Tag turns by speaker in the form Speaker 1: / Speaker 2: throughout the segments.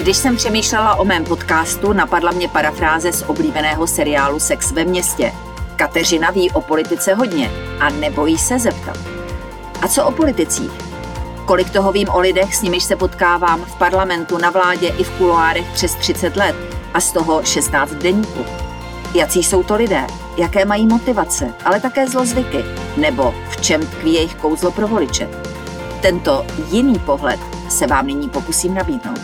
Speaker 1: Když jsem přemýšlela o mém podcastu, napadla mě parafráze z oblíbeného seriálu Sex ve městě. Kateřina ví o politice hodně a nebojí se zeptat. A co o politicích? Kolik toho vím o lidech, s nimiž se potkávám v parlamentu, na vládě i v kuloárech přes 30 let a z toho 16 v deníku. Jací jsou to lidé? Jaké mají motivace, ale také zlozvyky? Nebo v čem tkví jejich kouzlo pro voliče? Tento jiný pohled se vám nyní pokusím nabídnout.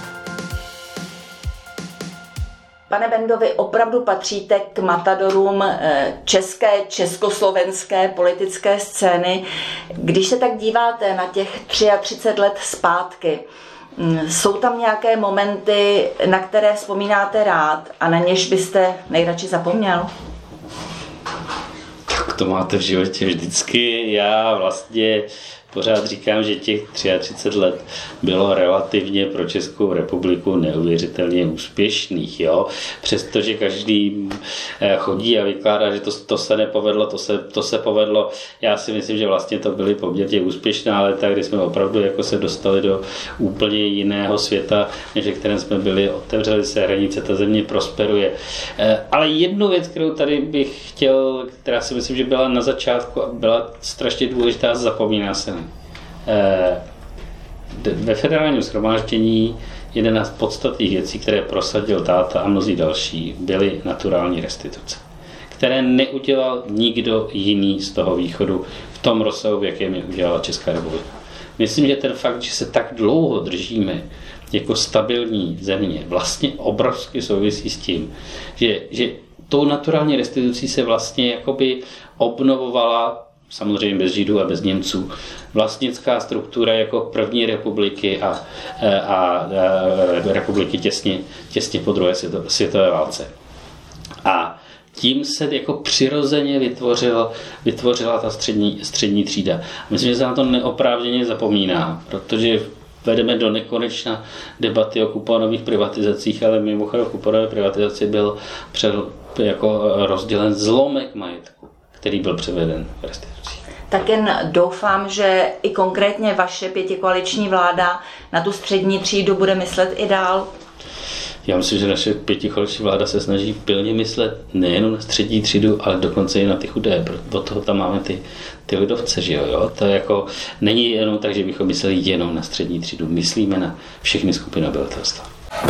Speaker 1: Pane Bendo, vy opravdu patříte k matadorům československé politické scény. Když se tak díváte na těch 33 let zpátky, jsou tam nějaké momenty, na které vzpomínáte rád a na něž byste nejradši zapomněl?
Speaker 2: Tak to máte v životě vždycky. Já vlastně pořád říkám, že těch 33 let bylo relativně pro Českou republiku neuvěřitelně úspěšných. Jo? Přestože každý chodí a vykládá, že to se nepovedlo, to se povedlo. Já si myslím, že vlastně to byly poměrně úspěšná léta, kdy jsme opravdu jako se dostali do úplně jiného světa, než ve kterém jsme byli. Otevřeli se hranice, ta země prosperuje. Ale jednu věc, kterou tady bych chtěl, která si myslím, že byla na začátku a byla strašně důležitá, zapomíná se. Ve federálním shromáždění jedna z podstatných věcí, které prosadil táta a mnozí další, byly naturální restituce, které neudělal nikdo jiný z toho východu v tom rozsahu, v jakém je udělala Česká republika. Myslím, že ten fakt, že se tak dlouho držíme jako stabilní země, vlastně obrovsky souvisí s tím, že tou naturální restitucí se vlastně jakoby obnovovala, samozřejmě bez Židů a bez Němců, vlastnická struktura jako první republiky a republiky těsně po druhé světové válce. A tím se jako přirozeně vytvořila ta střední třída. Myslím, že se na to neoprávněně zapomíná, protože vedeme do nekonečna debaty o kuponových privatizacích, ale mimochodem kuponové privatizaci byl jako rozdělen zlomek majetku, který byl převeden v restitucích.
Speaker 1: Tak jen doufám, že i konkrétně vaše pětikoaliční vláda na tu střední třídu bude myslet i dál.
Speaker 2: Já myslím, že naše pětikoaliční vláda se snaží pilně myslet nejen na střední třídu, ale dokonce i na ty chudé. Od toho tam máme ty lidovce, že jo? To jako není jenom tak, že bychom mysleli jenom na střední třídu. Myslíme na všechny skupiny obyvatelstva.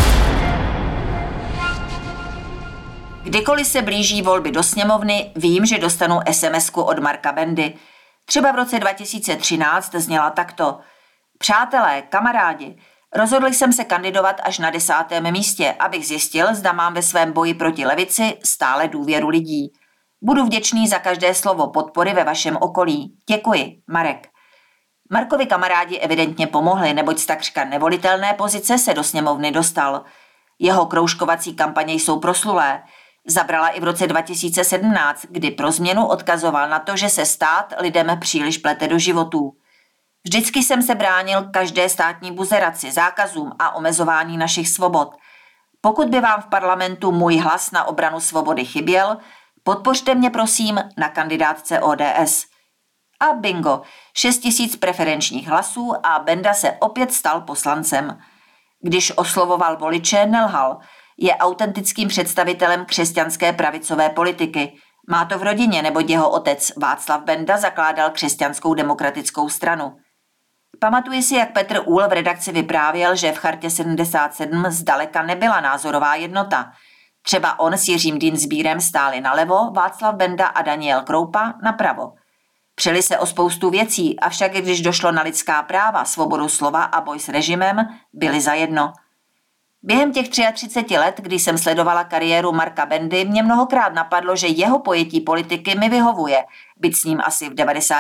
Speaker 1: Kdykoliv se blíží volby do sněmovny, vím, že dostanu SMS-ku od Marka Bendy. Třeba v roce 2013 zněla takto. Přátelé, kamarádi, rozhodl jsem se kandidovat až na 10. místě, abych zjistil, zda mám ve svém boji proti levici stále důvěru lidí. Budu vděčný za každé slovo podpory ve vašem okolí. Děkuji, Marek. Markovi kamarádi evidentně pomohli, neboť z takřka nevolitelné pozice se do sněmovny dostal. Jeho kroužkovací kampaně jsou proslulé. Zabrala i v roce 2017, kdy pro změnu odkazoval na to, že se stát lidem příliš plete do životů. Vždycky jsem se bránil každé státní buzeraci, zákazům a omezování našich svobod. Pokud by vám v parlamentu můj hlas na obranu svobody chyběl, podpořte mě prosím na kandidátce ODS. A bingo, 6 000 preferenčních hlasů a Benda se opět stal poslancem. Když oslovoval voliče, nelhal. Je autentickým představitelem křesťanské pravicové politiky. Má to v rodině, neboť jeho otec Václav Benda zakládal Křesťanskou demokratickou stranu. Pamatuji si, jak Petr Úhl v redakci vyprávěl, že v Chartě 77 zdaleka nebyla názorová jednota. Třeba on s Jiřím Dienstbierem stáli nalevo, Václav Benda a Daniel Kroupa napravo. Přeli se o spoustu věcí, avšak když došlo na lidská práva, svobodu slova a boj s režimem, byli zajedno. Během těch 33 let, kdy jsem sledovala kariéru Marka Bendy, mě mnohokrát napadlo, že jeho pojetí politiky mi vyhovuje, byť s ním asi v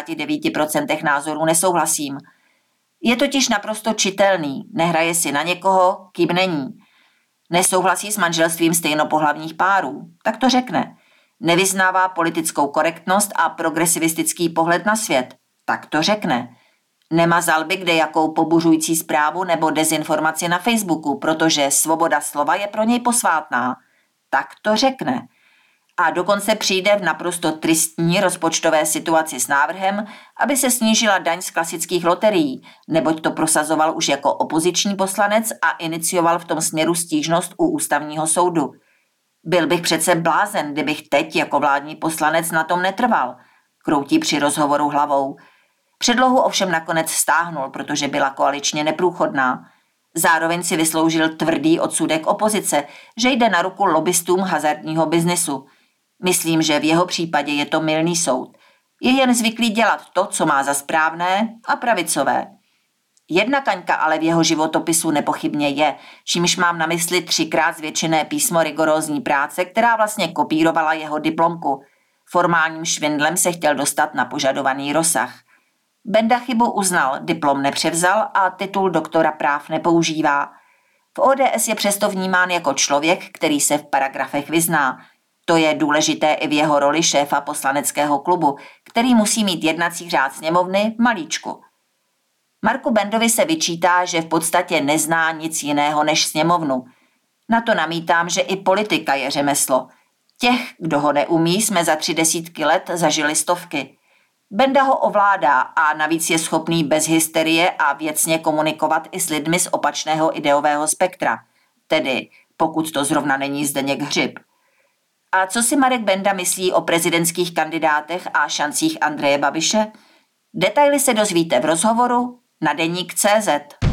Speaker 1: 99% názorů nesouhlasím. Je totiž naprosto čitelný, nehraje si na někoho, kým není. Nesouhlasí s manželstvím stejnopohlavních párů, tak to řekne. Nevyznává politickou korektnost a progresivistický pohled na svět, tak to řekne. Nemazal by kde jakou pobuřující zprávu nebo dezinformaci na Facebooku, protože svoboda slova je pro něj posvátná. Tak to řekne. A dokonce přijde v naprosto tristní rozpočtové situaci s návrhem, aby se snížila daň z klasických loterií, neboť to prosazoval už jako opoziční poslanec a inicioval v tom směru stížnost u ústavního soudu. Byl bych přece blázen, kdybych teď jako vládní poslanec na tom netrval, kroutí při rozhovoru hlavou. Předlohu ovšem nakonec stáhnul, protože byla koaličně neprůchodná. Zároveň si vysloužil tvrdý odsudek opozice, že jde na ruku lobbystům hazardního biznesu. Myslím, že v jeho případě je to mylný soud. Je jen zvyklý dělat to, co má za správné a pravicové. Jedna kaňka ale v jeho životopisu nepochybně je, čímž mám na mysli 3krát zvětšené písmo rigorózní práce, která vlastně kopírovala jeho diplomku. Formálním švindlem se chtěl dostat na požadovaný rozsah. Benda chybu uznal, diplom nepřevzal a titul doktora práv nepoužívá. V ODS je přesto vnímán jako člověk, který se v paragrafech vyzná. To je důležité i v jeho roli šéfa poslaneckého klubu, který musí mít jednací řád sněmovny malíčku. Marku Bendovi se vyčítá, že v podstatě nezná nic jiného než sněmovnu. Na to namítám, že i politika je řemeslo. Těch, kdo ho neumí, jsme za 30 let zažili stovky. Benda ho ovládá a navíc je schopný bez hysterie a věcně komunikovat i s lidmi z opačného ideového spektra. Tedy, pokud to zrovna není Zdeněk Hřib. A co si Marek Benda myslí o prezidentských kandidátech a šancích Andreje Babiše? Detaily se dozvíte v rozhovoru na Deník.cz.